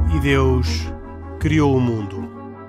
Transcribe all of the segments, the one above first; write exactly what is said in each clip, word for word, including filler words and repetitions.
E Deus criou o mundo.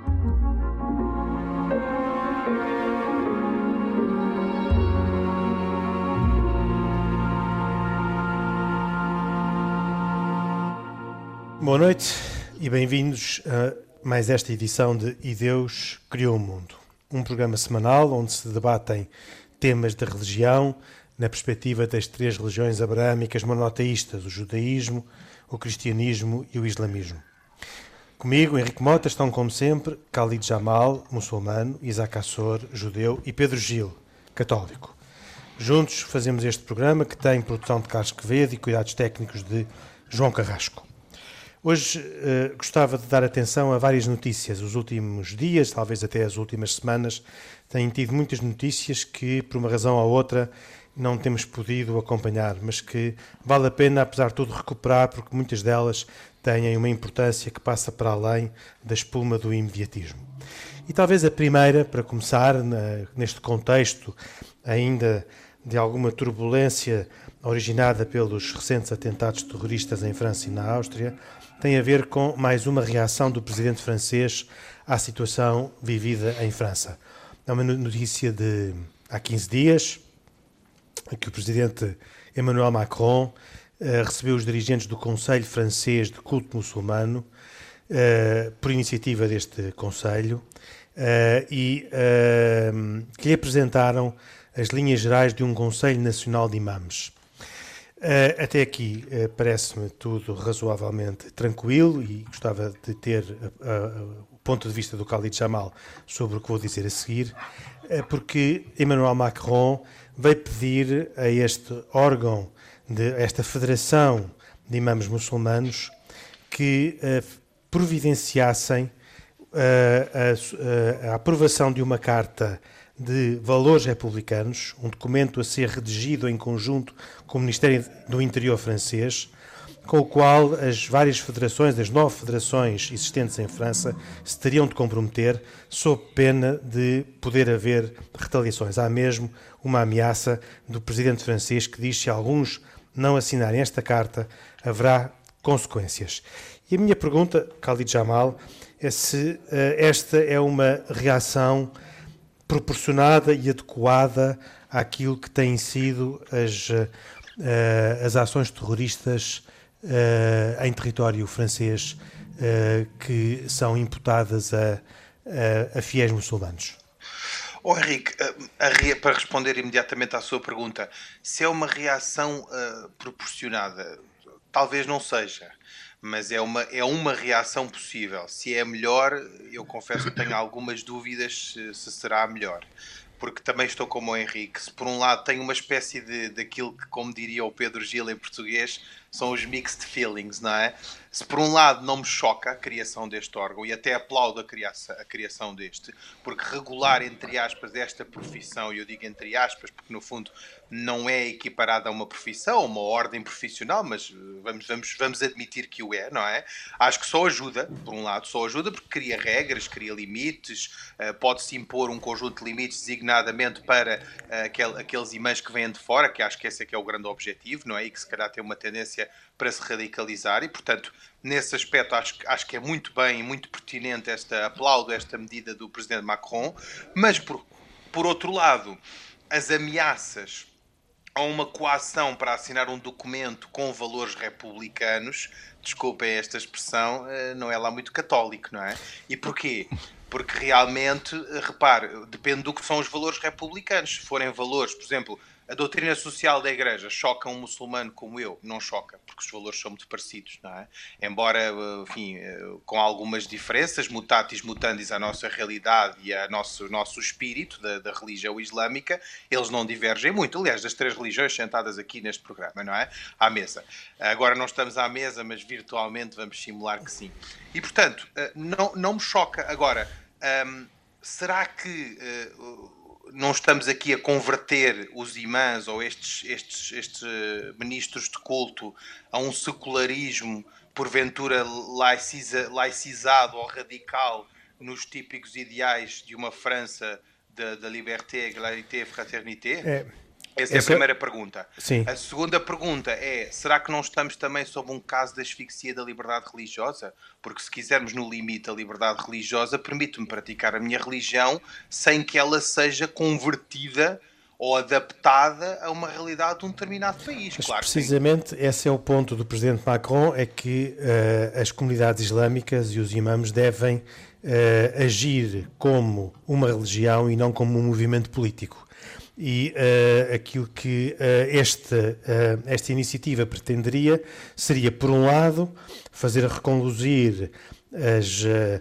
Boa noite e bem-vindos a mais esta edição de E Deus criou o mundo. Um programa semanal onde se debatem temas de religião na perspectiva das três religiões abraâmicas monoteístas, o judaísmo, o cristianismo e o islamismo. Comigo, Henrique Mota, estão como sempre Khalid Jamal, muçulmano, Isaac Assor, judeu e Pedro Gil, católico. Juntos fazemos este programa que tem produção de Carlos Quevedo e cuidados técnicos de João Carrasco. Hoje uh, gostava de dar atenção a várias notícias. Os últimos dias, talvez até as últimas semanas, têm tido muitas notícias que, por uma razão ou outra, não temos podido acompanhar, mas que vale a pena, apesar de tudo, recuperar, porque muitas delas têm uma importância que passa para além da espuma do imediatismo. E talvez a primeira, para começar, na, neste contexto ainda de alguma turbulência originada pelos recentes atentados terroristas em França e na Áustria, tem a ver com mais uma reação do presidente francês à situação vivida em França. É uma notícia de há quinze dias, que o presidente Emmanuel Macron uh, recebeu os dirigentes do Conselho Francês de Culto Muçulmano, uh, por iniciativa deste Conselho, uh, e uh, que lhe apresentaram as linhas gerais de um Conselho Nacional de Imãs. Uh, até aqui uh, parece-me tudo razoavelmente tranquilo e gostava de ter uh, uh, o ponto de vista do Khalid Jamal sobre o que vou dizer a seguir, uh, porque Emmanuel Macron veio pedir a este órgão, de, a esta federação de imãs muçulmanos, que uh, providenciassem uh, a, a, a aprovação de uma carta de valores republicanos, um documento a ser redigido em conjunto com o Ministério do Interior francês, com o qual as várias federações, as nove federações existentes em França, se teriam de comprometer sob pena de poder haver retaliações. Há mesmo uma ameaça do presidente francês que diz que se alguns não assinarem esta carta, haverá consequências. E a minha pergunta, Khalid Jamal, é se uh, esta é uma reação proporcionada e adequada àquilo que têm sido as, uh, as ações terroristas uh, em território francês uh, que são imputadas a, a, a fiéis muçulmanos. Oh, Henrique, a, a, para responder imediatamente à sua pergunta, se é uma reação uh, proporcionada, talvez não seja. Mas é uma, é uma reação possível. Se é melhor, eu confesso que tenho algumas dúvidas se, se será melhor. Porque também estou como o Henrique. Se por um lado tenho uma espécie de, daquilo que, como diria o Pedro Gil em português, são os mixed feelings, não é? Se por um lado não me choca a criação deste órgão e até aplaudo a criação, a criação deste, porque regular, entre aspas, esta profissão, e eu digo entre aspas porque no fundo não é equiparada a uma profissão, a uma ordem profissional, mas vamos, vamos, vamos admitir que o é, não é? Acho que só ajuda, por um lado, só ajuda porque cria regras, cria limites, pode-se impor um conjunto de limites designadamente para aquel, aqueles imãs que vêm de fora, que acho que esse é que é o grande objetivo, não é? E que se calhar tem uma tendência para se radicalizar e, portanto, nesse aspecto acho, acho que é muito bem e muito pertinente esta, aplaudo esta medida do presidente Macron, mas por, por outro lado, as ameaças a uma coação para assinar um documento com valores republicanos, desculpem esta expressão, não é lá muito católico, não é? E porquê? Porque realmente, repare, depende do que são os valores republicanos. Se forem valores, por exemplo, a doutrina social da Igreja choca um muçulmano como eu? Não choca, porque os valores são muito parecidos, não é? Embora, enfim, com algumas diferenças, mutatis mutandis à nossa realidade e ao nosso, nosso espírito da, da religião islâmica, eles não divergem muito. Aliás, das três religiões sentadas aqui neste programa, não é? À mesa. Agora não estamos à mesa, mas virtualmente vamos simular que sim. E, portanto, não, não me choca. Agora, hum, será que Uh, não estamos aqui a converter os imãs ou estes, estes, estes ministros de culto a um secularismo, porventura laiciza, laicizado ou radical, nos típicos ideais de uma França da liberté, égalité, fraternité? É, Essa é a primeira pergunta. Sim. A segunda pergunta é, será que não estamos também sob um caso de asfixia da liberdade religiosa? Porque se quisermos no limite a liberdade religiosa, permite-me praticar a minha religião sem que ela seja convertida ou adaptada a uma realidade de um determinado país. Mas claro, precisamente esse é o ponto do presidente Macron, é que uh, as comunidades islâmicas e os imãs devem uh, agir como uma religião e não como um movimento político. E uh, aquilo que uh, esta, uh, esta iniciativa pretenderia seria, por um lado, fazer reconduzir as, uh,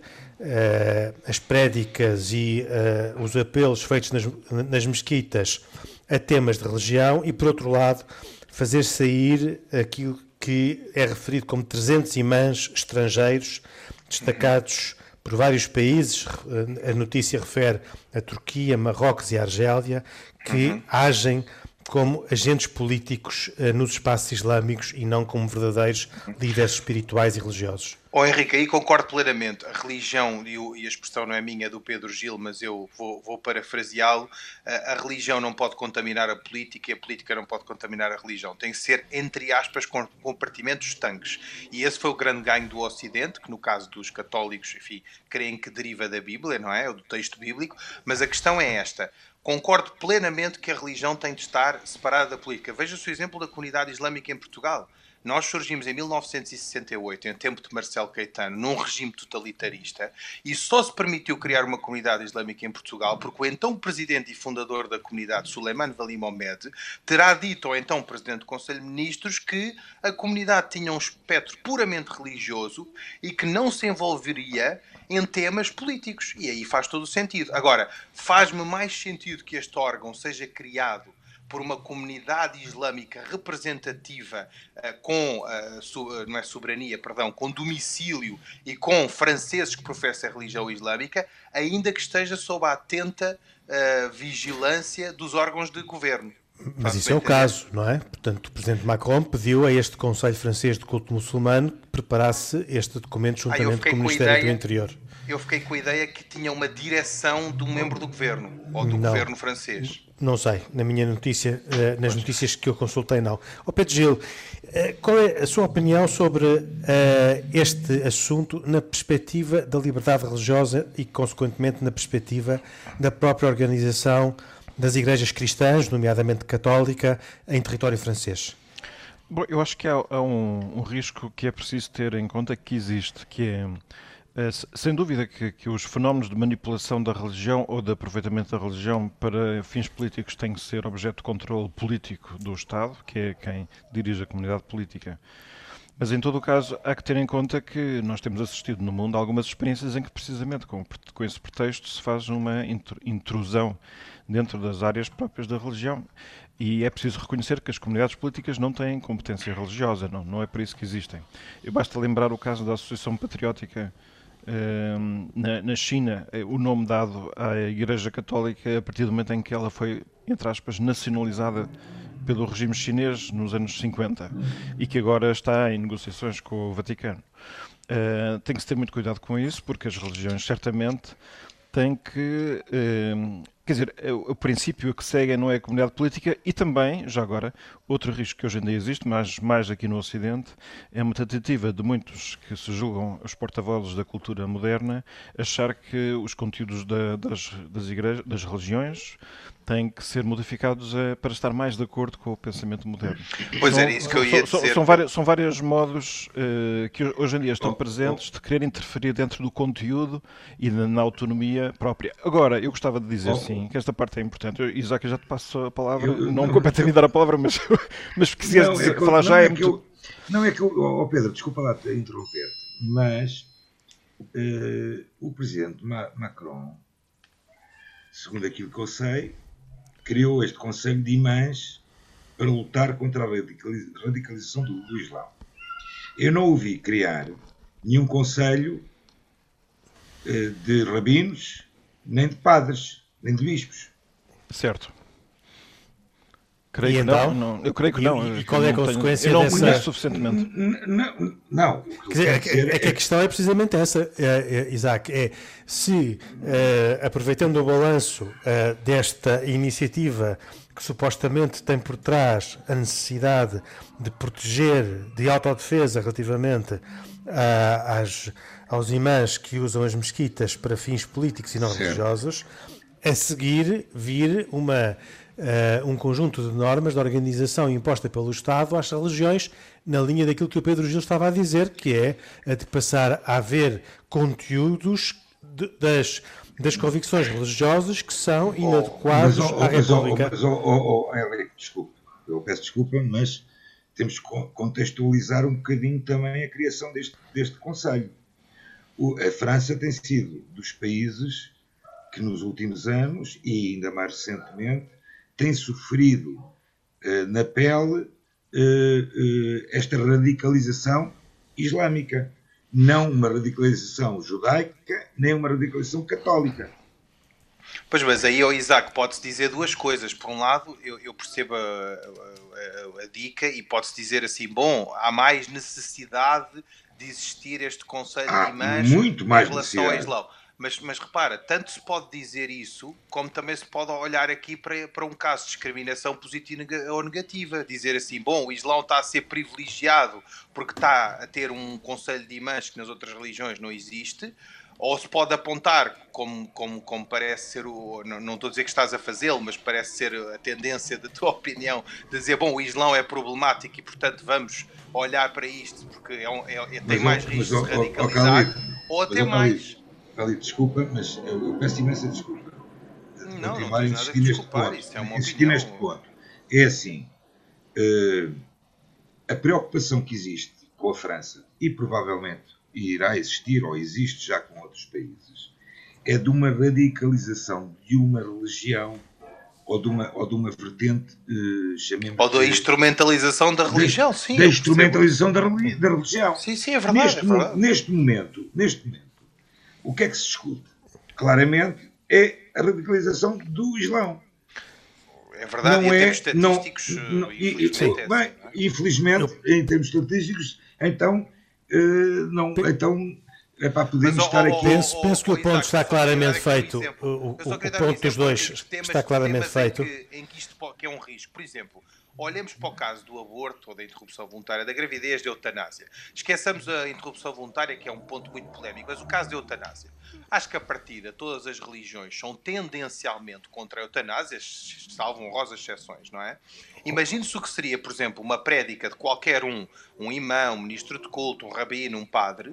uh, as prédicas e uh, os apelos feitos nas, nas mesquitas a temas de religião e, por outro lado, fazer sair aquilo que é referido como trezentos imãs estrangeiros destacados por vários países. A notícia refere a Turquia, Marrocos e a Argélia, que uhum. agem como agentes políticos uh, nos espaços islâmicos e não como verdadeiros líderes espirituais e religiosos. Oh, Henrique, aí concordo plenamente. A religião, e, o, e a expressão não é minha, é do Pedro Gil, mas eu vou, vou parafraseá-lo, a, a religião não pode contaminar a política e a política não pode contaminar a religião. Tem que ser, entre aspas, com compartimentos estanques. E esse foi o grande ganho do Ocidente, que no caso dos católicos, enfim, creem que deriva da Bíblia, não é? Do texto bíblico. Mas a questão é esta. Concordo plenamente que a religião tem de estar separada da política. Veja-se o exemplo da comunidade islâmica em Portugal. Nós surgimos em mil novecentos e sessenta e oito, em tempo de Marcelo Caetano, num regime totalitarista, e só se permitiu criar uma comunidade islâmica em Portugal porque o então presidente e fundador da comunidade, Suleiman Vali Mohamed, terá dito ao então presidente do Conselho de Ministros que a comunidade tinha um espectro puramente religioso e que não se envolveria em temas políticos. E aí faz todo o sentido. Agora, faz-me mais sentido que este órgão seja criado por uma comunidade islâmica representativa uh, com uh, su, uh, não é soberania, perdão, com domicílio e com franceses que professam a religião islâmica, ainda que esteja sob a atenta uh, vigilância dos órgãos de governo. Mas isso é o caso, não é? Portanto, o presidente Macron pediu a este Conselho Francês de Culto Muçulmano que preparasse este documento juntamente ah, com o Ministério ideia, do Interior. Eu fiquei com a ideia que tinha uma direção de um membro do governo, ou do não, governo francês. Não sei, na minha notícia, nas notícias que eu consultei, não. Oh, Pedro Gil, qual é a sua opinião sobre uh, este assunto na perspectiva da liberdade religiosa e, consequentemente, na perspectiva da própria organização das igrejas cristãs, nomeadamente católica, em território francês? Bom, eu acho que há, há um, um risco que é preciso ter em conta que existe, que é, é sem dúvida que, que os fenómenos de manipulação da religião ou de aproveitamento da religião para fins políticos têm que ser objeto de controle político do Estado, que é quem dirige a comunidade política. Mas, em todo o caso, há que ter em conta que nós temos assistido no mundo a algumas experiências em que, precisamente, com, com esse pretexto, se faz uma intrusão dentro das áreas próprias da religião. E é preciso reconhecer que as comunidades políticas não têm competência religiosa, não, não é por isso que existem. Eu basta lembrar o caso da Associação Patriótica eh, na, na China, o nome dado à Igreja Católica a partir do momento em que ela foi, entre aspas, nacionalizada pelo regime chinês nos anos cinquenta e que agora está em negociações com o Vaticano. Uh, tem que se ter muito cuidado com isso, porque as religiões certamente têm que... Uh, quer dizer, o, o princípio que seguem não é a comunidade política e também, já agora, outro risco que hoje em dia existe, mas mais aqui no Ocidente, é uma tentativa de muitos que se julgam os porta-vozes da cultura moderna achar que os conteúdos da, das, das igrejas, das religiões, têm que ser modificados uh, para estar mais de acordo com o pensamento moderno. Pois são, era isso que eu ia são, dizer. São, vários, são vários modos uh, que hoje em dia estão oh, presentes oh. de querer interferir dentro do conteúdo e na, na autonomia própria. Agora, eu gostava de dizer, oh. sim, que esta parte é importante. Eu, Isaac, eu já te passo a palavra, eu, não, não me compete a mim dar a palavra, mas, mas se quiseres dizer, é que, falar já é, é muito... Eu, não é que eu, oh Pedro, desculpa lá interromper, mas uh, o presidente Macron, segundo aquilo que eu sei, criou este Conselho de Imãs para lutar contra a radicalização do, do Islão. Eu não ouvi criar nenhum conselho eh, de rabinos, nem de padres, nem de bispos. Certo. Creio e que então? não, não, eu creio que não. E, e qual é a não consequência tenho, eu não dessa... conheço suficientemente. Não, não. Quer dizer, é, que, é que a questão é precisamente essa, é, é, Isaac, é se, é, aproveitando o balanço é, desta iniciativa que supostamente tem por trás a necessidade de proteger, de autodefesa relativamente a, às, aos imãs que usam as mesquitas para fins políticos e não certo. religiosos, a seguir vir uma... Uh, um conjunto de normas de organização imposta pelo Estado às religiões, na linha daquilo que o Pedro Gil estava a dizer, que é a de passar a haver conteúdos de, das, das convicções religiosas que são inadequados oh, mas, oh, à República. Mas, oh, oh, oh, Henrique, desculpe, eu peço desculpa, mas temos que contextualizar um bocadinho também a criação deste, deste Conselho. O, a França tem sido dos países que nos últimos anos, e ainda mais recentemente, tem sofrido uh, na pele uh, uh, esta radicalização islâmica. Não uma radicalização judaica, nem uma radicalização católica. Pois, mas aí, oh, Isaac, pode-se dizer duas coisas. Por um lado, eu, eu percebo a, a, a, a dica e pode-se dizer assim, bom, há mais necessidade de existir este conselho há de imãs muito mais em relação ao necessidade. Islão. Mas, mas repara, tanto se pode dizer isso, como também se pode olhar aqui para, para um caso de discriminação positiva ou negativa. Dizer assim, bom, o Islão está a ser privilegiado porque está a ter um conselho de imãs que nas outras religiões não existe. Ou se pode apontar, como, como, como parece ser o... Não, não estou a dizer que estás a fazê-lo, mas parece ser a tendência da tua opinião, de dizer, bom, o Islão é problemático e, portanto, vamos olhar para isto porque é, um, é, é tem mas, mais mas, risco mas, de radicalizar, oh, ou até mais... Ali, desculpa, mas eu, eu peço imensa desculpa. Não, não tens nada que desculpar, isso é uma insistir opinião. neste ponto. É assim, uh, a preocupação que existe com a França, e provavelmente irá existir, ou existe já com outros países, é de uma radicalização de uma religião, ou de uma, ou de uma vertente, uh, chamemos... Ou da instrumentalização da religião, de, sim. Da instrumentalização da, da religião. Sim, sim, é verdade, Neste, é verdade. Neste momento, neste momento, o que é que se discute? Claramente é a radicalização do Islão. É verdade, não e em é, termos estatísticos, não, não, infelizmente, e, bem, é, infelizmente em termos estatísticos, então, uh, não, então é para podermos Mas, estar oh, oh, aqui. Penso, oh, penso que oh, o ponto Isaac, está só queria claramente dar aqui um feito. exemplo. O, o, Eu só o queria dar um ponto dos exemplo dois de temas- está claramente temas feito. Em que, em que isto po- que é um risco. Por exemplo, olhemos para o caso do aborto ou da interrupção voluntária, da gravidez, da eutanásia. Esqueçamos a interrupção voluntária, que é um ponto muito polémico, mas o caso da eutanásia. Acho que a partida, todas as religiões são tendencialmente contra a eutanásia, salvo honrosas exceções, não é? Imagine-se o que seria, por exemplo, uma prédica de qualquer um, um imã, um ministro de culto, um rabino, um padre,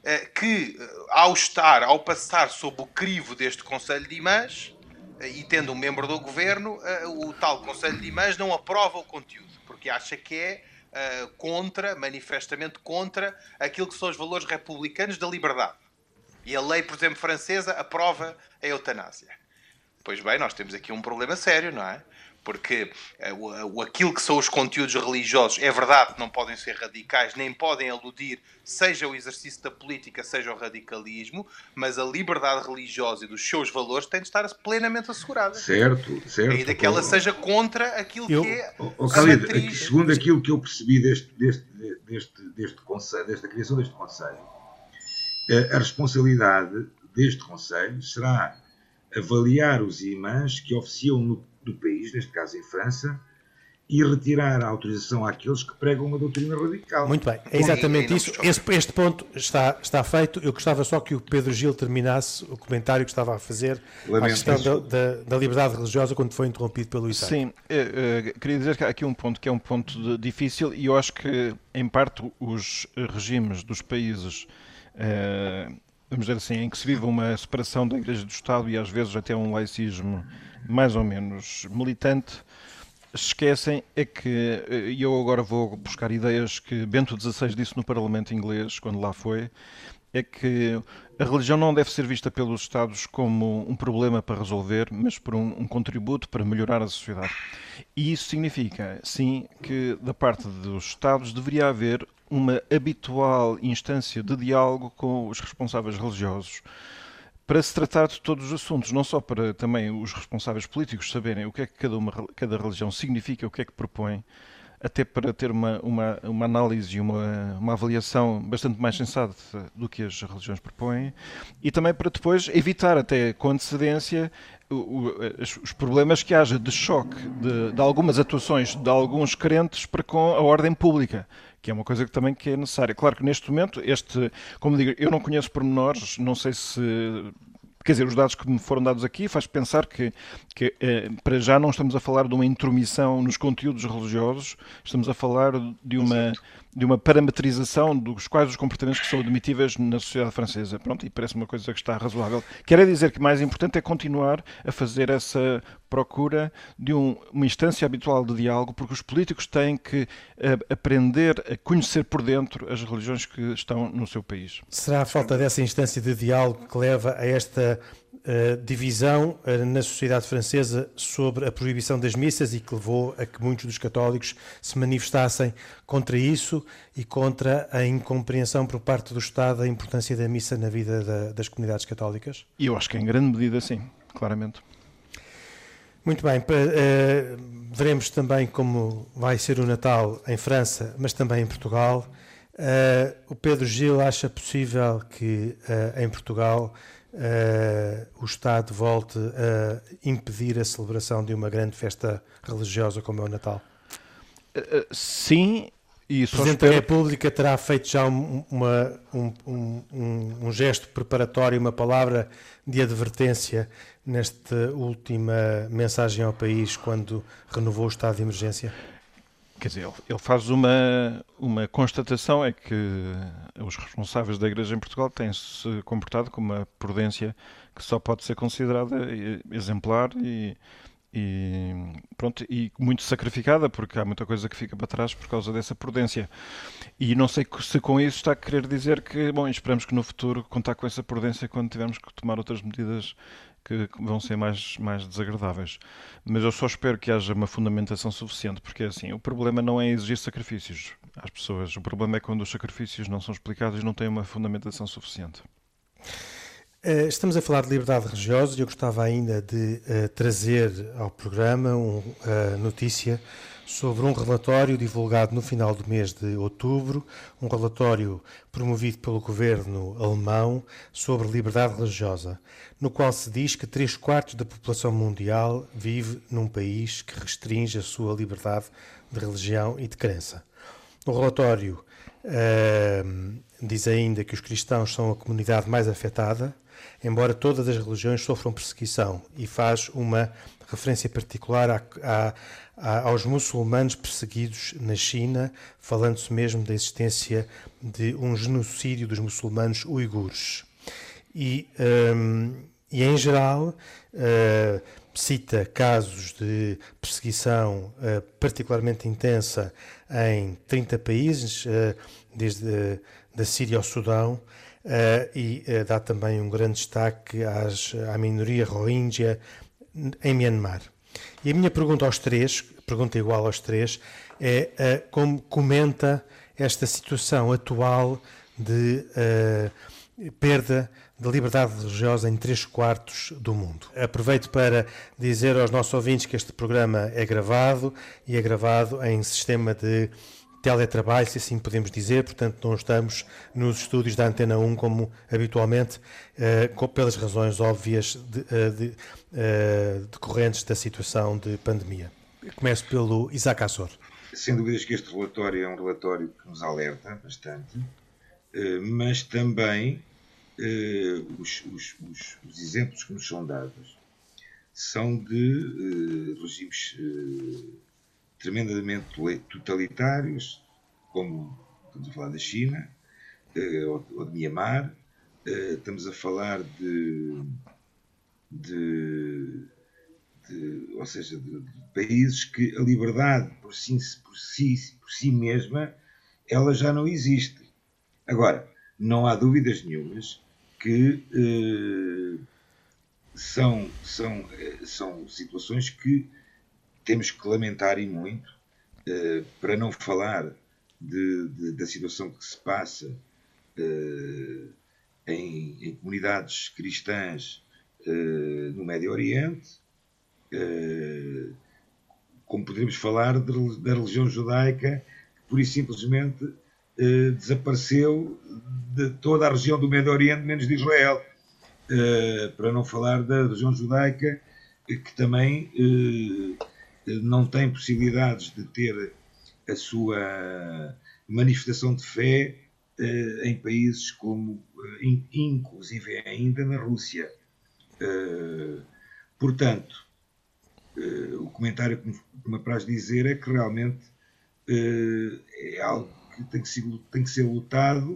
que ao estar, ao passar sob o crivo deste Conselho de Imãs, e tendo um membro do governo, o tal Conselho de Imãs não aprova o conteúdo, porque acha que é uh, contra, manifestamente contra, aquilo que são os valores republicanos da liberdade. E a lei, por exemplo, francesa aprova a eutanásia. Pois bem, nós temos aqui um problema sério, não é? Porque uh, aquilo que são os conteúdos religiosos, é verdade que não podem ser radicais, nem podem aludir, seja o exercício da política, seja o radicalismo, mas a liberdade religiosa e dos seus valores tem de estar plenamente assegurada. Certo, certo. Ainda que ela seja contra aquilo eu, que é oh, oh, a Khalid, matriz... Segundo aquilo que eu percebi deste, deste, deste, deste conselho, desta criação deste Conselho, a responsabilidade deste Conselho será avaliar os imãs que oficiam no do país, neste caso em França, e retirar a autorização àqueles que pregam uma doutrina radical. Muito bem, é exatamente isso. Este, este ponto está, está feito. Eu gostava só que o Pedro Gil terminasse o comentário que estava a fazer à questão da, da, da liberdade religiosa quando foi interrompido pelo Isaac. Sim, eu, eu, queria dizer que há aqui um ponto que é um ponto de, difícil e eu acho que, em parte, os regimes dos países, eh, vamos dizer assim, em que se vive uma separação da Igreja do Estado e às vezes até um laicismo mais ou menos militante, esquecem é que, e eu agora vou buscar ideias que Bento dezasseis disse no Parlamento inglês, quando lá foi, é que a religião não deve ser vista pelos Estados como um problema para resolver, mas por um, um contributo para melhorar a sociedade. E isso significa, sim, que da parte dos Estados deveria haver uma habitual instância de diálogo com os responsáveis religiosos, para se tratar de todos os assuntos, não só para também os responsáveis políticos saberem o que é que cada, uma, cada religião significa, o que é que propõe, até para ter uma, uma, uma análise e uma, uma avaliação bastante mais sensata do que as religiões propõem, e também para depois evitar até com antecedência o, o, os problemas que haja de choque de, de algumas atuações de alguns crentes para com a ordem pública, que é uma coisa que também que é necessária. Claro que neste momento, este, como digo, eu não conheço pormenores, não sei se... Quer dizer, os dados que me foram dados aqui faz pensar que, que eh, para já não estamos a falar de uma intromissão nos conteúdos religiosos, estamos a falar de uma, de uma parametrização dos quais os comportamentos que são admitíveis na sociedade francesa. Pronto, e parece uma coisa que está razoável. Quer dizer que mais importante é continuar a fazer essa procura de um, uma instância habitual de diálogo, porque os políticos têm que uh, aprender a conhecer por dentro as religiões que estão no seu país. Será a falta dessa instância de diálogo que leva a esta uh, divisão uh, na sociedade francesa sobre a proibição das missas e que levou a que muitos dos católicos se manifestassem contra isso e contra a incompreensão por parte do Estado da importância da missa na vida da, das comunidades católicas? E eu acho que em grande medida sim, claramente. Muito bem, uh, veremos também como vai ser o Natal em França, mas também em Portugal. Uh, o Pedro Gil acha possível que uh, em Portugal uh, o Estado volte a impedir a celebração de uma grande festa religiosa como é o Natal? Uh, uh, sim. E o Presidente espero... da República terá feito já uma, um, um, um, um gesto preparatório, uma palavra de advertência nesta última mensagem ao país quando renovou o estado de emergência? Quer dizer, ele faz uma, uma constatação, é que os responsáveis da Igreja em Portugal têm-se comportado com uma prudência que só pode ser considerada exemplar e, e, pronto, e muito sacrificada, porque há muita coisa que fica para trás por causa dessa prudência. E não sei se com isso está a querer dizer que, bom, esperamos que no futuro contar com essa prudência quando tivermos que tomar outras medidas que vão ser mais, mais desagradáveis. Mas eu só espero que haja uma fundamentação suficiente, porque assim, o problema não é exigir sacrifícios às pessoas, o problema é quando os sacrifícios não são explicados e não têm uma fundamentação suficiente. Estamos a falar de liberdade religiosa e eu gostava ainda de uh, trazer ao programa uma uh, notícia sobre um relatório divulgado no final do mês de outubro, um relatório promovido pelo governo alemão sobre liberdade religiosa, no qual se diz que três quartos da população mundial vive num país que restringe a sua liberdade de religião e de crença. O relatório uh, diz ainda que os cristãos são a comunidade mais afetada, embora todas as religiões sofram perseguição, e faz uma referência particular a, a, a, aos muçulmanos perseguidos na China, falando-se mesmo da existência de um genocídio dos muçulmanos uigures. E, um, e em geral, uh, cita casos de perseguição uh, particularmente intensa em trinta países, uh, desde da Síria ao Sudão, Uh, e uh, dá também um grande destaque às, à minoria Rohingya em Myanmar. E a minha pergunta aos três, pergunta igual aos três, é uh, como comenta esta situação atual de uh, perda de liberdade religiosa em três quartos do mundo. Aproveito para dizer aos nossos ouvintes que este programa é gravado e é gravado em sistema de teletrabalho, se assim podemos dizer, portanto não estamos nos estúdios da Antena um como habitualmente, uh, pelas razões óbvias de, uh, de, uh, decorrentes da situação de pandemia. Começo pelo Isaac Assor. Sem dúvidas que este relatório é um relatório que nos alerta bastante, uh, mas também uh, os, os, os, os exemplos que nos são dados são de uh, regimes uh, tremendamente totalitários, como estamos a falar da China ou de Myanmar, estamos a falar de, de, de ou seja, de, de países que a liberdade por si, por, si, por si mesma ela já não existe. Agora, não há dúvidas nenhumas que eh, são, são, são situações que temos que lamentar e muito, uh, para não falar de, de, da situação que se passa uh, em, em comunidades cristãs uh, no Médio Oriente, uh, como poderíamos falar de, da religião judaica, que pura e simplesmente uh, desapareceu de toda a região do Médio Oriente, menos de Israel. Uh, para não falar da religião judaica, que também uh, não tem possibilidades de ter a sua manifestação de fé uh, em países como, uh, in, inclusive ainda na Rússia. Uh, portanto, uh, o comentário que me, que me apraz dizer é que realmente uh, é algo que tem que ser, tem que ser lutado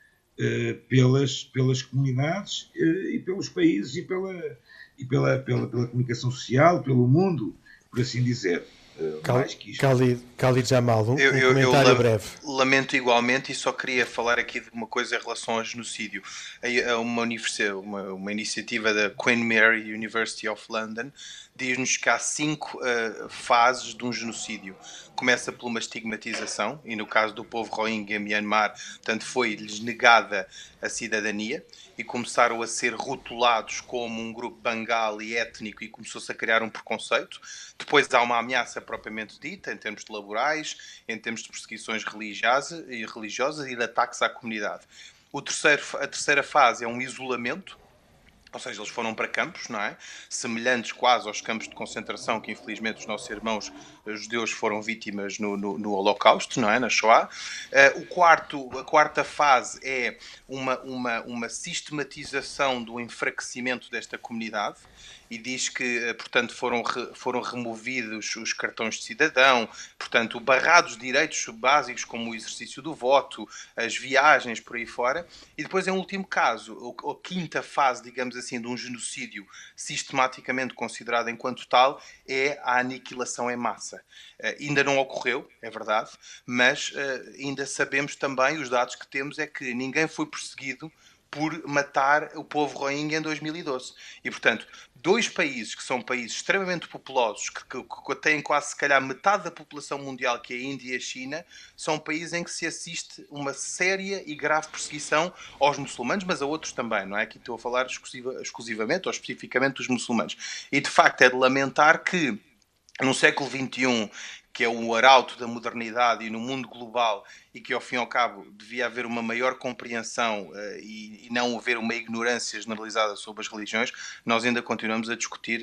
uh, pelas, pelas comunidades uh, e pelos países e, pela, e pela, pela, pela comunicação social, pelo mundo, por assim dizer. Uh, Cal, mais que isto. Khalid, Khalid Jamal, um, eu, um eu, comentário eu breve. Lamento igualmente e só queria falar aqui de uma coisa em relação ao genocídio. Uma, uma, uma iniciativa da Queen Mary University of London diz-nos que há cinco uh, fases de um genocídio. Começa por uma estigmatização, e no caso do povo Rohingya em Myanmar, portanto, foi-lhes negada a cidadania e começaram a ser rotulados como um grupo bengali étnico e começou-se a criar um preconceito. Depois há uma ameaça propriamente dita, em termos de laborais, em termos de perseguições religiosas e, religiosas e de ataques à comunidade. O terceiro, a terceira fase é um isolamento, ou seja, eles foram para campos, não é? Semelhantes quase aos campos de concentração que infelizmente os nossos irmãos judeus foram vítimas no, no, no Holocausto, não é? Na Shoah. Uh, o quarto, a quarta fase é uma, uma, uma sistematização do enfraquecimento desta comunidade e diz que, portanto, foram, re, foram removidos os cartões de cidadão, portanto, barrados direitos básicos como o exercício do voto, as viagens por aí fora. E depois, em último caso, a, a quinta fase, digamos assim, de um genocídio sistematicamente considerado enquanto tal, é a aniquilação em massa. Uh, ainda não ocorreu, é verdade, mas uh, ainda sabemos também, os dados que temos é que ninguém foi perseguido por matar o povo Rohingya em dois mil e doze. E, portanto, dois países que são países extremamente populosos, que, que, que têm quase, se calhar, metade da população mundial, que é a Índia e a China, são países em que se assiste uma séria e grave perseguição aos muçulmanos, mas a outros também, não é? Aqui estou a falar exclusiva, exclusivamente ou especificamente dos muçulmanos. E, de facto, é de lamentar que, no século vinte e um, que é o arauto da modernidade e no mundo global, e que ao fim e ao cabo devia haver uma maior compreensão uh, e, e não haver uma ignorância generalizada sobre as religiões, nós ainda continuamos a discutir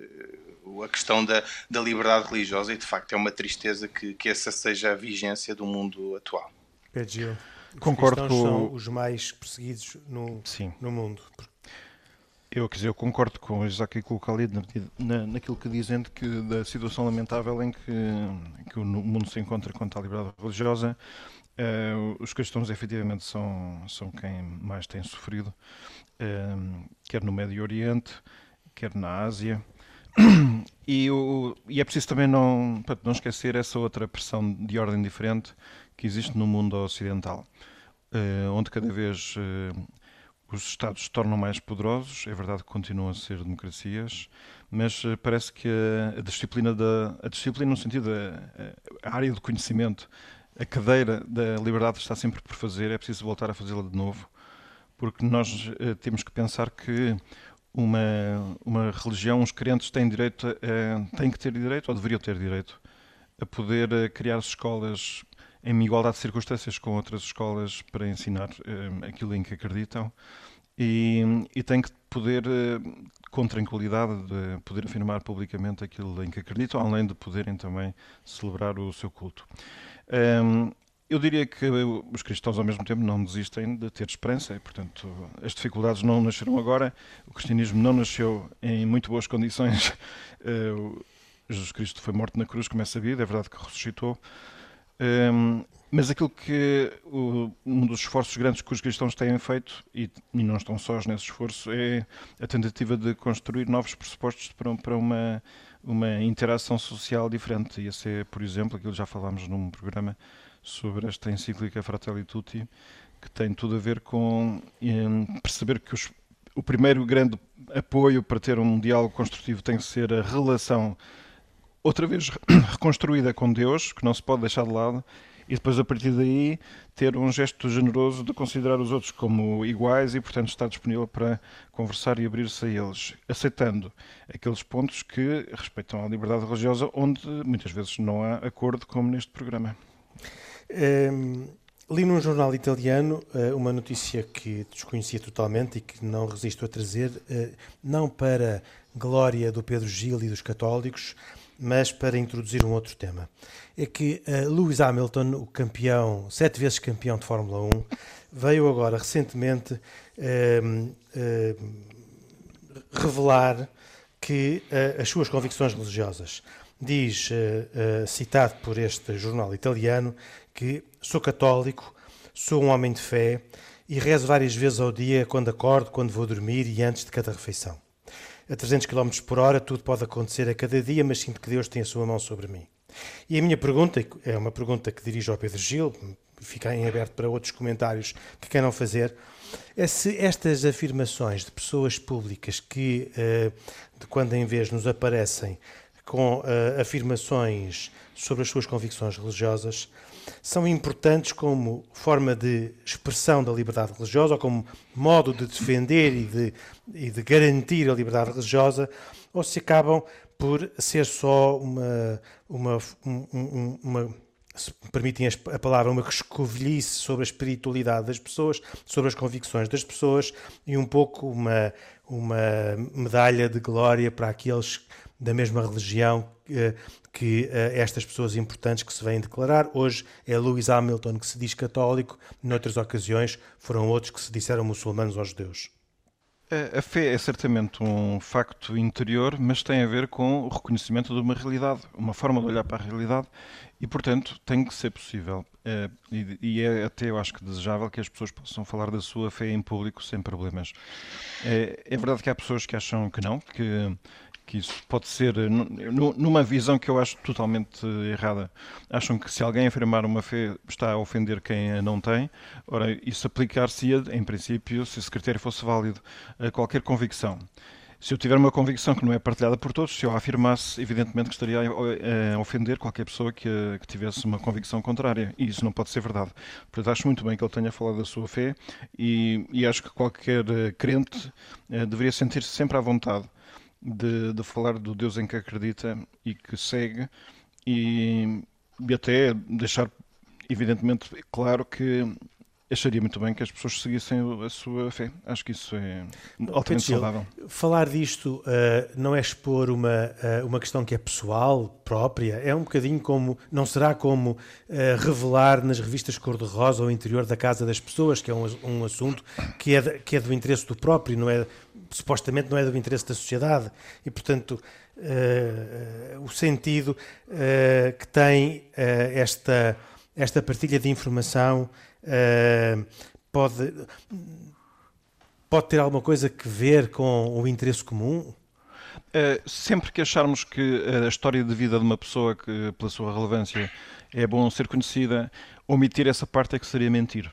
uh, a questão da, da liberdade religiosa e de facto é uma tristeza que, que essa seja a vigência do mundo atual. Pedro, os Concordo cristãos com... são os mais perseguidos no, Sim. no mundo. Eu, quer dizer, eu concordo com o Isaac e com o Khalid na, na, naquilo que dizem de que da situação lamentável em que, em que o mundo se encontra quanto à liberdade religiosa, uh, os cristãos efetivamente são, são quem mais tem sofrido, uh, quer no Médio Oriente, quer na Ásia. E, o, e é preciso também não, não esquecer essa outra pressão de ordem diferente que existe no mundo ocidental, uh, onde cada vez... Uh, os Estados se tornam mais poderosos, é verdade que continuam a ser democracias, mas parece que a, a disciplina, da, a disciplina no sentido da a área do conhecimento, a cadeira da liberdade está sempre por fazer, é preciso voltar a fazê-la de novo, porque nós uh, temos que pensar que uma, uma religião, os crentes têm direito, a, têm que ter direito, ou deveriam ter direito, a poder uh, criar escolas em igualdade de circunstâncias com outras escolas para ensinar uh, aquilo em que acreditam e, e têm que poder, uh, com tranquilidade, de poder afirmar publicamente aquilo em que acreditam, além de poderem também celebrar o seu culto. Um, eu diria que os cristãos, ao mesmo tempo, não desistem de ter esperança e, portanto, as dificuldades não nasceram agora, o cristianismo não nasceu em muito boas condições. Uh, Jesus Cristo foi morto na cruz, como é sabido, é verdade que ressuscitou. Um, mas aquilo que o, um dos esforços grandes que os cristãos têm feito, e, e não estão sós nesse esforço, é a tentativa de construir novos pressupostos para, para uma, uma interação social diferente. E esse é, por exemplo, aquilo que já falámos num programa sobre esta encíclica Fratelli Tutti, que tem tudo a ver com um, perceber que os, o primeiro grande apoio para ter um diálogo construtivo tem que ser a relação outra vez reconstruída com Deus, que não se pode deixar de lado, e depois a partir daí ter um gesto generoso de considerar os outros como iguais e, portanto, estar disponível para conversar e abrir-se a eles, aceitando aqueles pontos que respeitam a liberdade religiosa, onde muitas vezes não há acordo, como neste programa. Um, li num jornal italiano uh, uma notícia que desconhecia totalmente e que não resisto a trazer, uh, não para glória do Pedro Gil e dos católicos, mas para introduzir um outro tema. É que uh, Lewis Hamilton, o campeão, sete vezes campeão de Fórmula um, veio agora recentemente uh, uh, revelar que uh, as suas convicções religiosas. Diz, uh, uh, citado por este jornal italiano, que sou católico, sou um homem de fé e rezo várias vezes ao dia quando acordo, quando vou dormir e antes de cada refeição. A trezentos quilómetros por hora tudo pode acontecer a cada dia, mas sinto que Deus tem a sua mão sobre mim. E a minha pergunta, é uma pergunta que dirijo ao Pedro Gil, fica em aberto para outros comentários que queiram fazer, é se estas afirmações de pessoas públicas que de quando em vez nos aparecem com afirmações sobre as suas convicções religiosas são importantes como forma de expressão da liberdade religiosa ou como modo de defender e de, e de garantir a liberdade religiosa, ou se acabam por ser só uma, uma, uma, uma se me permitem a palavra, uma escovilhice sobre a espiritualidade das pessoas, sobre as convicções das pessoas e um pouco uma, uma medalha de glória para aqueles da mesma religião que, que estas pessoas importantes que se vêm declarar. Hoje é Lewis Hamilton que se diz católico, noutras ocasiões foram outros que se disseram muçulmanos ou judeus. A fé é certamente um facto interior, mas tem a ver com o reconhecimento de uma realidade, uma forma de olhar para a realidade e, portanto, tem que ser possível. E é até, eu acho que desejável que as pessoas possam falar da sua fé em público sem problemas. É verdade que há pessoas que acham que não, que que isso pode ser, numa visão que eu acho totalmente errada, acham que se alguém afirmar uma fé está a ofender quem a não tem. Ora, isso aplicar-se-ia, em princípio, se esse critério fosse válido, a qualquer convicção. Se eu tiver uma convicção que não é partilhada por todos, se eu a afirmasse, evidentemente que estaria a ofender qualquer pessoa que, que tivesse uma convicção contrária. E isso não pode ser verdade. Portanto, acho muito bem que ele tenha falado da sua fé e, e acho que qualquer crente eh, deveria sentir-se sempre à vontade De, de falar do Deus em que acredita e que segue e, e até deixar evidentemente claro que acharia muito bem que as pessoas seguissem a sua fé. Acho que isso é altamente saudável. Falar disto uh, não é expor uma, uh, uma questão que é pessoal, própria, é um bocadinho como, não será como uh, revelar nas revistas cor-de-rosa o interior da casa das pessoas, que é um, um assunto que é, de, que é do interesse do próprio, não é, supostamente não é do interesse da sociedade e, portanto, uh, o sentido uh, que tem uh, esta, esta partilha de informação uh, pode, pode ter alguma coisa que ver com o interesse comum? Uh, sempre que acharmos que a história de vida de uma pessoa, que pela sua relevância é bom ser conhecida, omitir essa parte é que seria mentir.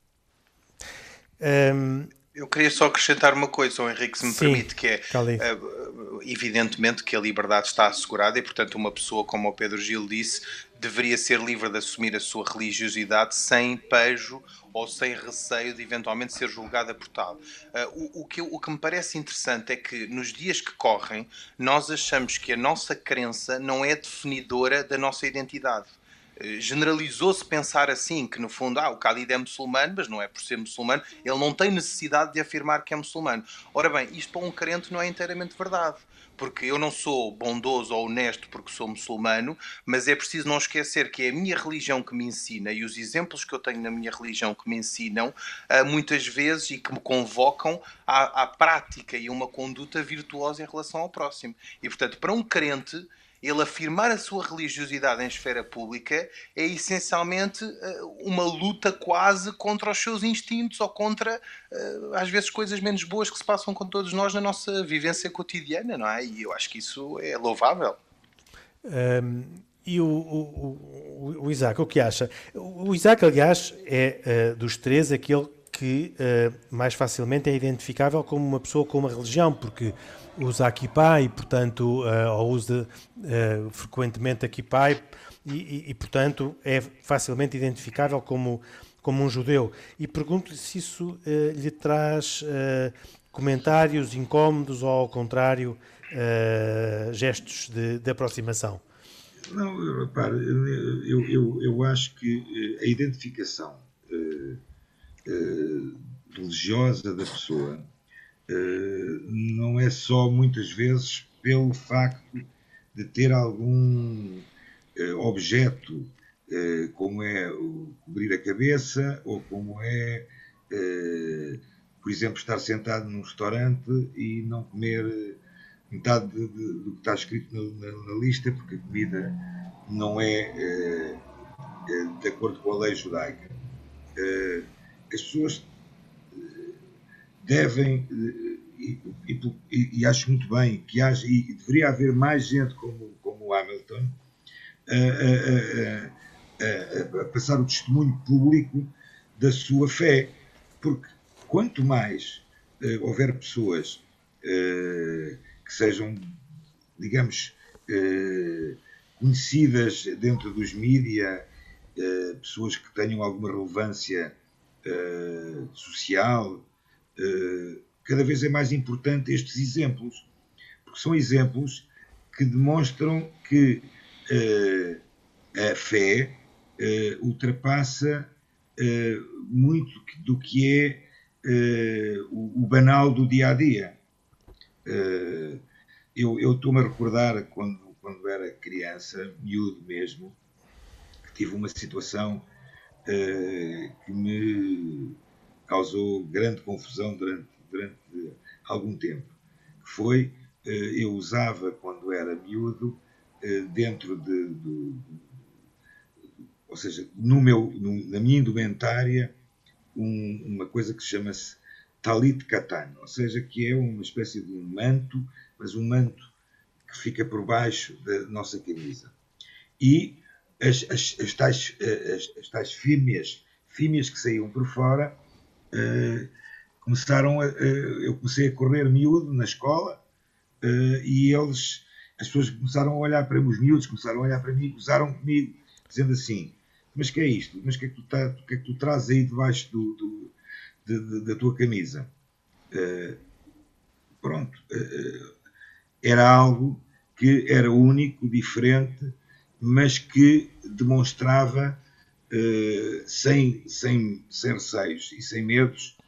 Um, Eu queria só acrescentar uma coisa, oh Henrique, se me sim, permite, que é, uh, evidentemente que a liberdade está assegurada e, portanto, uma pessoa, como o Pedro Gil disse, deveria ser livre de assumir a sua religiosidade sem pejo ou sem receio de eventualmente ser julgada por tal. Uh, o, o, que, o que me parece interessante é que nos dias que correm nós achamos que a nossa crença não é definidora da nossa identidade. Generalizou-se pensar assim, que no fundo, ah, o Khalid é muçulmano, mas não é por ser muçulmano, ele não tem necessidade de afirmar que é muçulmano. Ora bem, isto para um crente não é inteiramente verdade, porque eu não sou bondoso ou honesto porque sou muçulmano, mas é preciso não esquecer que é a minha religião que me ensina e os exemplos que eu tenho na minha religião que me ensinam muitas vezes e que me convocam à, à prática e uma conduta virtuosa em relação ao próximo. E, portanto, para um crente, ele afirmar a sua religiosidade em esfera pública é essencialmente uma luta quase contra os seus instintos ou contra, às vezes, coisas menos boas que se passam com todos nós na nossa vivência cotidiana, não é? E eu acho que isso é louvável. Um, e o, o, o, o Isaac, o que acha? O Isaac, aliás, é uh, dos três aquele que uh, mais facilmente é identificável como uma pessoa com uma religião, porque usa a kippah e, portanto, uh, ou usa uh, frequentemente a kippah e, e, e portanto, é facilmente identificável como, como um judeu. E pergunto-lhe se isso uh, lhe traz uh, comentários incómodos ou, ao contrário, uh, gestos de, de aproximação. Não, repare, eu, eu, eu acho que a identificação uh, uh, religiosa da pessoa uh, não é só, muitas vezes, pelo facto de ter algum uh, objeto, uh, como é o cobrir a cabeça, ou como é, uh, por exemplo, estar sentado num restaurante e não comer metade de, de, do que está escrito na, na, na lista, porque a comida não é uh, uh, de acordo com a lei judaica. Uh, as pessoas uh, devem, uh, e, e, e acho muito bem que haja, e deveria haver mais gente como, como o Hamilton, uh, uh, uh, uh, a passar o testemunho público da sua fé, porque quanto mais uh, houver pessoas uh, que sejam, digamos, uh, conhecidas dentro dos mídia, uh, pessoas que tenham alguma relevância uh, social, uh, cada vez é mais importante estes exemplos, porque são exemplos que demonstram que uh, a fé uh, ultrapassa uh, muito do que é uh, o, o banal do dia-a-dia. Uh, eu, eu estou-me a recordar quando, quando era criança, miúdo mesmo, que tive uma situação uh, que me causou grande confusão durante, durante algum tempo. Que foi, uh, eu usava, quando era miúdo, uh, dentro de, de, de, ou seja, no meu, no, na minha indumentária, um, uma coisa que se chama-se talit katan, ou seja, que é uma espécie de um manto, mas um manto que fica por baixo da nossa camisa. E as, as, as, tais, as, as tais fímias, fímias que saíam por fora, uh, começaram a, uh, eu comecei a correr miúdo na escola, uh, e eles, as pessoas começaram a olhar para mim, os miúdos começaram a olhar para mim, gozaram comigo, dizendo assim: mas que é isto? Mas o que é que tu, tá, que é que tu trazes aí debaixo do, do De, de, da tua camisa? Uh, pronto, uh, era algo que era único, diferente, mas que demonstrava uh, sem, sem, sem receios e sem medos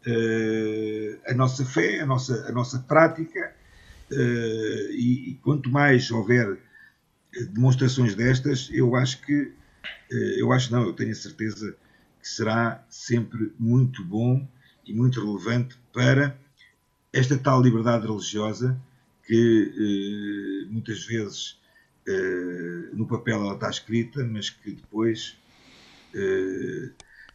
uh, a nossa fé, a nossa, a nossa prática, uh, e, e quanto mais houver demonstrações destas, eu acho que uh, eu acho não, eu tenho a certeza que será sempre muito bom e muito relevante para esta tal liberdade religiosa que eh, muitas vezes eh, no papel ela está escrita, mas que depois eh,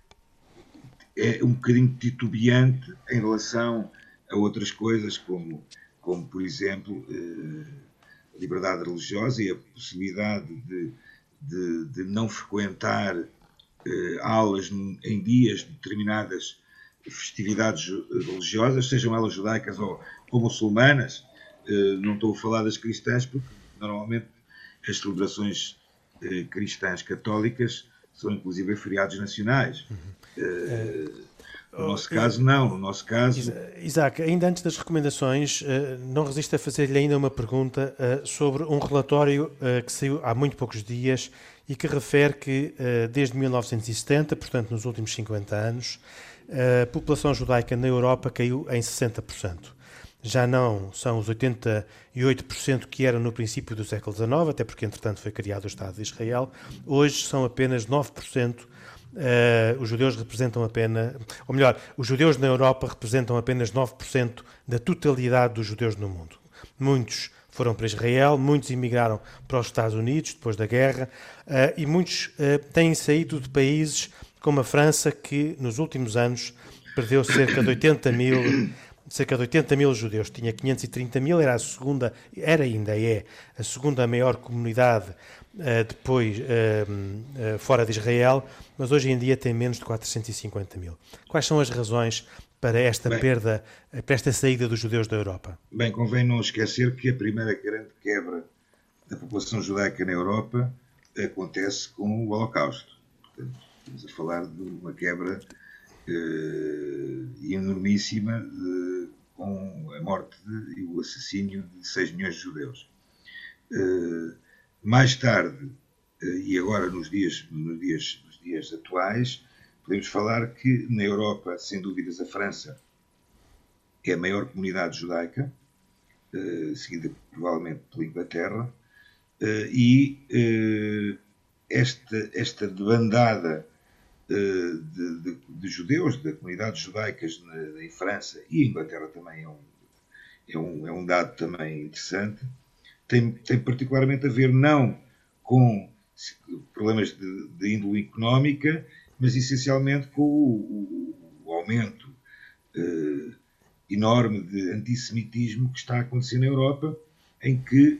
é um bocadinho titubeante em relação a outras coisas, como, como por exemplo, eh, a liberdade religiosa e a possibilidade de, de, de não frequentar Uh, aulas em dias de determinadas festividades religiosas, sejam elas judaicas ou, ou muçulmanas. Uh, não estou a falar das cristãs, porque normalmente as celebrações uh, cristãs católicas são inclusive feriados nacionais. Uh, no nosso caso, não. No nosso caso... Isaac, ainda antes das recomendações, não resisto a fazer-lhe ainda uma pergunta sobre um relatório que saiu há muito poucos dias e que refere que desde mil novecentos e setenta, portanto nos últimos cinquenta anos, a população judaica na Europa caiu em sessenta por cento. Já não são os oitenta e oito por cento que eram no princípio do século dezenove, até porque entretanto foi criado o Estado de Israel. Hoje são apenas nove por cento. Uh, os judeus representam apenas, ou melhor, os judeus na Europa representam apenas nove por cento da totalidade dos judeus no mundo. Muitos foram para Israel, muitos emigraram para os Estados Unidos depois da guerra, uh, e muitos uh, têm saído de países como a França, que nos últimos anos perdeu cerca de oitenta mil, cerca de oitenta mil judeus. Tinha quinhentos e trinta mil, era a segunda, era ainda é a segunda maior comunidade Uh, depois uh, uh, fora de Israel, mas hoje em dia tem menos de quatrocentos e cinquenta mil. Quais são as razões para esta bem, perda, para esta saída dos judeus da Europa? Bem, convém não esquecer que a primeira grande quebra da população judaica na Europa acontece com o Holocausto. Portanto, estamos a falar de uma quebra uh, enormíssima uh, com a morte de, e o assassínio de seis milhões de judeus. Uh, mais tarde, uh, e agora nos dias, nos, dias, nos dias atuais, podemos falar que na Europa, sem dúvidas, a França é a maior comunidade judaica, uh, seguida provavelmente pela Inglaterra, uh, e uh, esta, esta debandada uh, de, de, de judeus, de comunidades judaicas na, em França e Inglaterra também é um, é um, é um dado também interessante, tem, tem particularmente a ver não com problemas de, de índole económica, mas essencialmente com o, o, o aumento uh, enorme de antissemitismo que está a acontecer na Europa, em que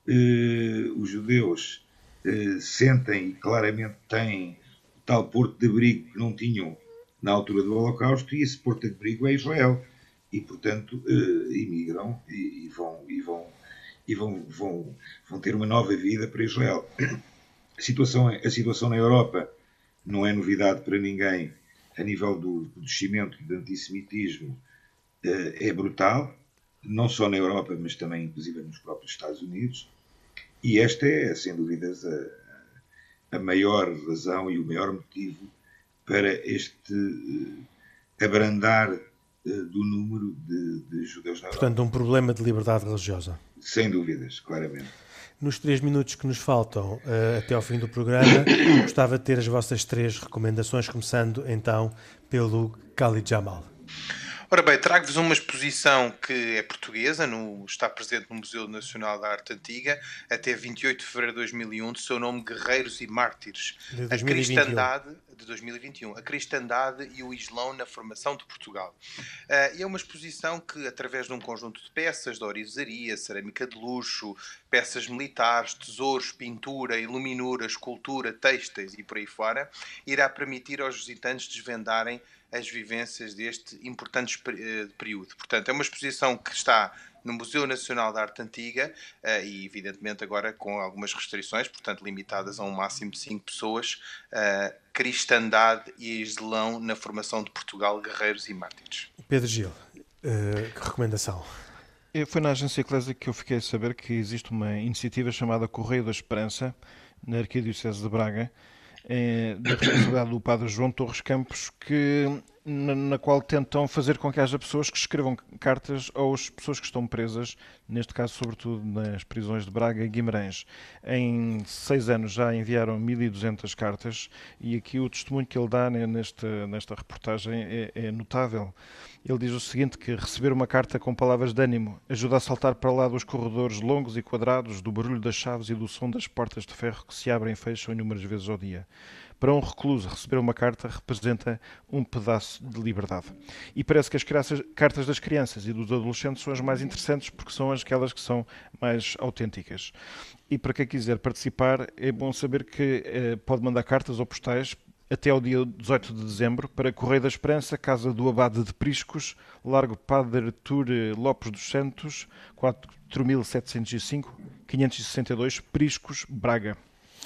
uh, os judeus uh, sentem e claramente têm o tal porto de abrigo que não tinham na altura do Holocausto, e esse porto de abrigo é Israel. E, portanto, uh, imigram e, e, vão, e, vão, e vão, vão, vão ter uma nova vida para Israel. A situação, a situação na Europa não é novidade para ninguém. A nível do, do descimento do antissemitismo, é brutal, não só na Europa, mas também, inclusive, nos próprios Estados Unidos. E esta é, sem dúvidas, a, a maior razão e o maior motivo para este uh, abrandar uh, do número de, de judeus na Europa. Portanto, um problema de liberdade religiosa. Sem dúvidas, claramente. Nos três minutos que nos faltam uh, até ao fim do programa, gostava de ter as vossas três recomendações, começando então pelo Khalid Jamal. Ora bem, trago-vos uma exposição que é portuguesa, no, está presente no Museu Nacional da Arte Antiga, até vinte e oito de fevereiro de dois mil e um, de seu nome Guerreiros e Mártires. De dois mil e vinte e um. A cristandade, de dois mil e vinte e um, a cristandade e o Islão na formação de Portugal. Uh, e é uma exposição que, através de um conjunto de peças de orivesaria, cerâmica de luxo, peças militares, tesouros, pintura, iluminura, escultura, têxteis e por aí fora, irá permitir aos visitantes desvendarem as vivências deste importante período. Portanto, é uma exposição que está no Museu Nacional da Arte Antiga uh, e, evidentemente, agora com algumas restrições, portanto, limitadas a um máximo de cinco pessoas. Uh, Cristandade e Islão na formação de Portugal, Guerreiros e Mártires. Pedro Gil, uh, que recomendação? Foi na Agência Eclésia que eu fiquei a saber que existe uma iniciativa chamada Correio da Esperança, na Arquidiocese de Braga, É, da responsabilidade do padre João Torres Campos, que, na, na qual tentam fazer com que haja pessoas que escrevam cartas às pessoas que estão presas, neste caso sobretudo nas prisões de Braga e Guimarães. Em seis anos já enviaram mil e duzentas cartas, e aqui o testemunho que ele dá nesta, nesta reportagem é, é notável. Ele diz o seguinte, que receber uma carta com palavras de ânimo ajuda a saltar para lá dos corredores longos e quadrados, do barulho das chaves e do som das portas de ferro que se abrem e fecham inúmeras vezes ao dia. Para um recluso, receber uma carta representa um pedaço de liberdade. E parece que as crianças, cartas das crianças e dos adolescentes são as mais interessantes, porque são aquelas que são mais autênticas. E para quem quiser participar, é bom saber que eh, pode mandar cartas ou postais até ao dia dezoito de dezembro, para Correio da Esperança, Casa do Abade de Priscos, Largo Padre Artur Lopes dos Santos, quatro mil setecentos e cinco, quinhentos e sessenta e dois, Priscos, Braga.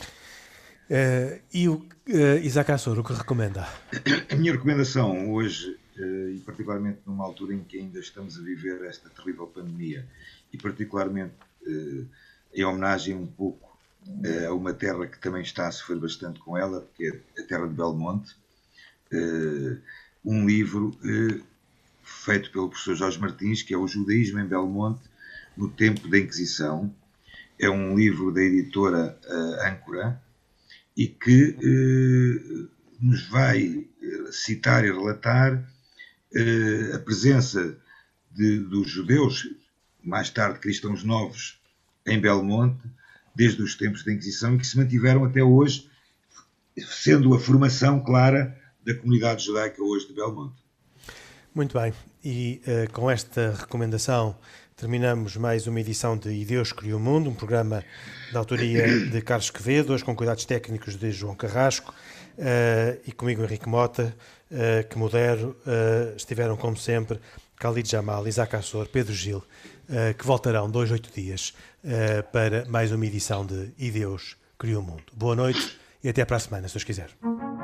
Uh, e o uh, Isaac Assor, o que recomenda? A minha recomendação hoje, uh, e particularmente numa altura em que ainda estamos a viver esta terrível pandemia, e particularmente uh, em homenagem um pouco a uma terra que também está a sofrer bastante com ela, que é a terra de Belmonte, um livro feito pelo professor Jorge Martins, que é o Judaísmo em Belmonte no Tempo da Inquisição. É um livro da editora Âncora e que nos vai citar e relatar a presença de, dos judeus, mais tarde cristãos novos, em Belmonte, desde os tempos da Inquisição, e que se mantiveram até hoje, sendo a formação clara da comunidade judaica hoje de Belmonte. Muito bem, e uh, com esta recomendação terminamos mais uma edição de E Deus Criou o Mundo, um programa da autoria de Carlos Quevedo, hoje com cuidados técnicos de João Carrasco, uh, e comigo Henrique Mota, uh, que modero. Uh, estiveram, como sempre, Khalid Jamal, Isaac Assor, Pedro Gil, uh, que voltarão dois, oito dias uh, para mais uma edição de E Deus criou o mundo. Boa noite e até para a semana, se Deus quiser.